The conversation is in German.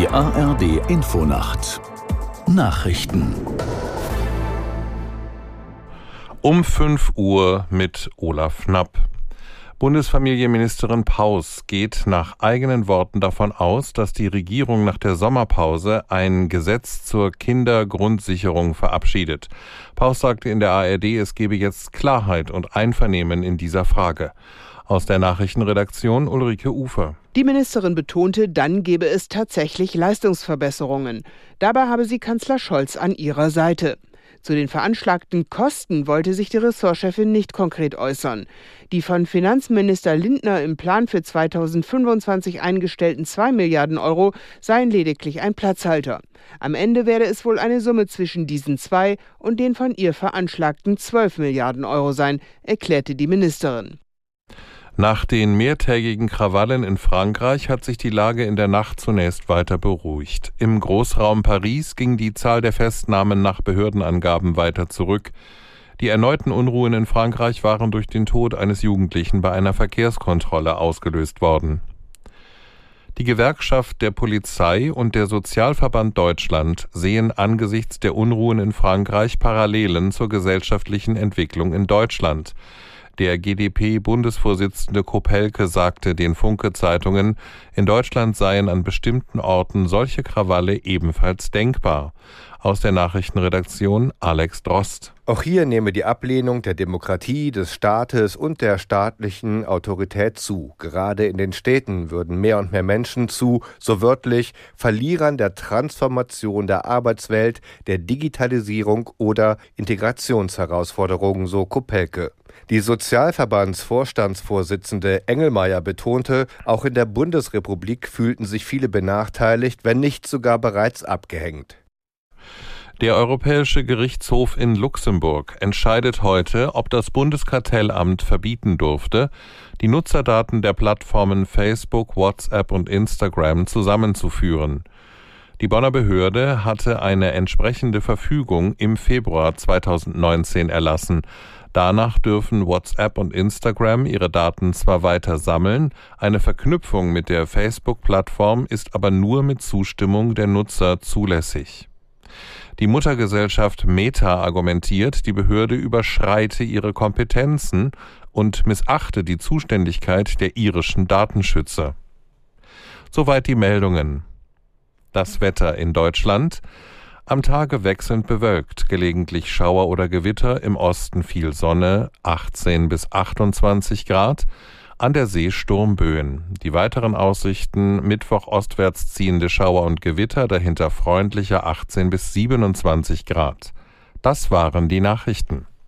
Die ARD Infonacht Nachrichten um 5 Uhr mit Olaf Knapp. Bundesfamilienministerin Paus geht nach eigenen Worten davon aus, dass die Regierung nach der Sommerpause ein Gesetz zur Kindergrundsicherung verabschiedet. Paus sagte in der ARD, es gebe jetzt Klarheit und Einvernehmen in dieser Frage. Aus der Nachrichtenredaktion Ulrike Ufer. Die Ministerin betonte, dann gebe es tatsächlich Leistungsverbesserungen. Dabei habe sie Kanzler Scholz an ihrer Seite. Zu den veranschlagten Kosten wollte sich die Ressortchefin nicht konkret äußern. Die von Finanzminister Lindner im Plan für 2025 eingestellten 2 Milliarden Euro seien lediglich ein Platzhalter. Am Ende werde es wohl eine Summe zwischen diesen 2 und den von ihr veranschlagten 12 Milliarden Euro sein, erklärte die Ministerin. Nach den mehrtägigen Krawallen in Frankreich hat sich die Lage in der Nacht zunächst weiter beruhigt. Im Großraum Paris ging die Zahl der Festnahmen nach Behördenangaben weiter zurück. Die erneuten Unruhen in Frankreich waren durch den Tod eines Jugendlichen bei einer Verkehrskontrolle ausgelöst worden. Die Gewerkschaft der Polizei und der Sozialverband Deutschland sehen angesichts der Unruhen in Frankreich Parallelen zur gesellschaftlichen Entwicklung in Deutschland. Der GdP-Bundesvorsitzende Kopelke sagte den Funke-Zeitungen, in Deutschland seien an bestimmten Orten solche Krawalle ebenfalls denkbar. Aus der Nachrichtenredaktion Alex Drost. Auch hier nehme die Ablehnung der Demokratie, des Staates und der staatlichen Autorität zu. Gerade in den Städten würden mehr und mehr Menschen zu, so wörtlich, Verlierern der Transformation der Arbeitswelt, der Digitalisierung oder Integrationsherausforderungen, so Kopelke. Die Sozialverbandsvorstandsvorsitzende Engelmeier betonte, auch in der Bundesrepublik fühlten sich viele benachteiligt, wenn nicht sogar bereits abgehängt. Der Europäische Gerichtshof in Luxemburg entscheidet heute, ob das Bundeskartellamt verbieten durfte, die Nutzerdaten der Plattformen Facebook, WhatsApp und Instagram zusammenzuführen. Die Bonner Behörde hatte eine entsprechende Verfügung im Februar 2019 erlassen. Danach dürfen WhatsApp und Instagram ihre Daten zwar weiter sammeln, eine Verknüpfung mit der Facebook-Plattform ist aber nur mit Zustimmung der Nutzer zulässig. Die Muttergesellschaft Meta argumentiert, die Behörde überschreite ihre Kompetenzen und missachte die Zuständigkeit der irischen Datenschützer. Soweit die Meldungen. Das Wetter in Deutschland. Am Tage wechselnd bewölkt, gelegentlich Schauer oder Gewitter, im Osten viel Sonne, 18 bis 28 Grad, an der See Sturmböen. Die weiteren Aussichten: Mittwoch ostwärts ziehende Schauer und Gewitter, dahinter freundlicher 18 bis 27 Grad. Das waren die Nachrichten.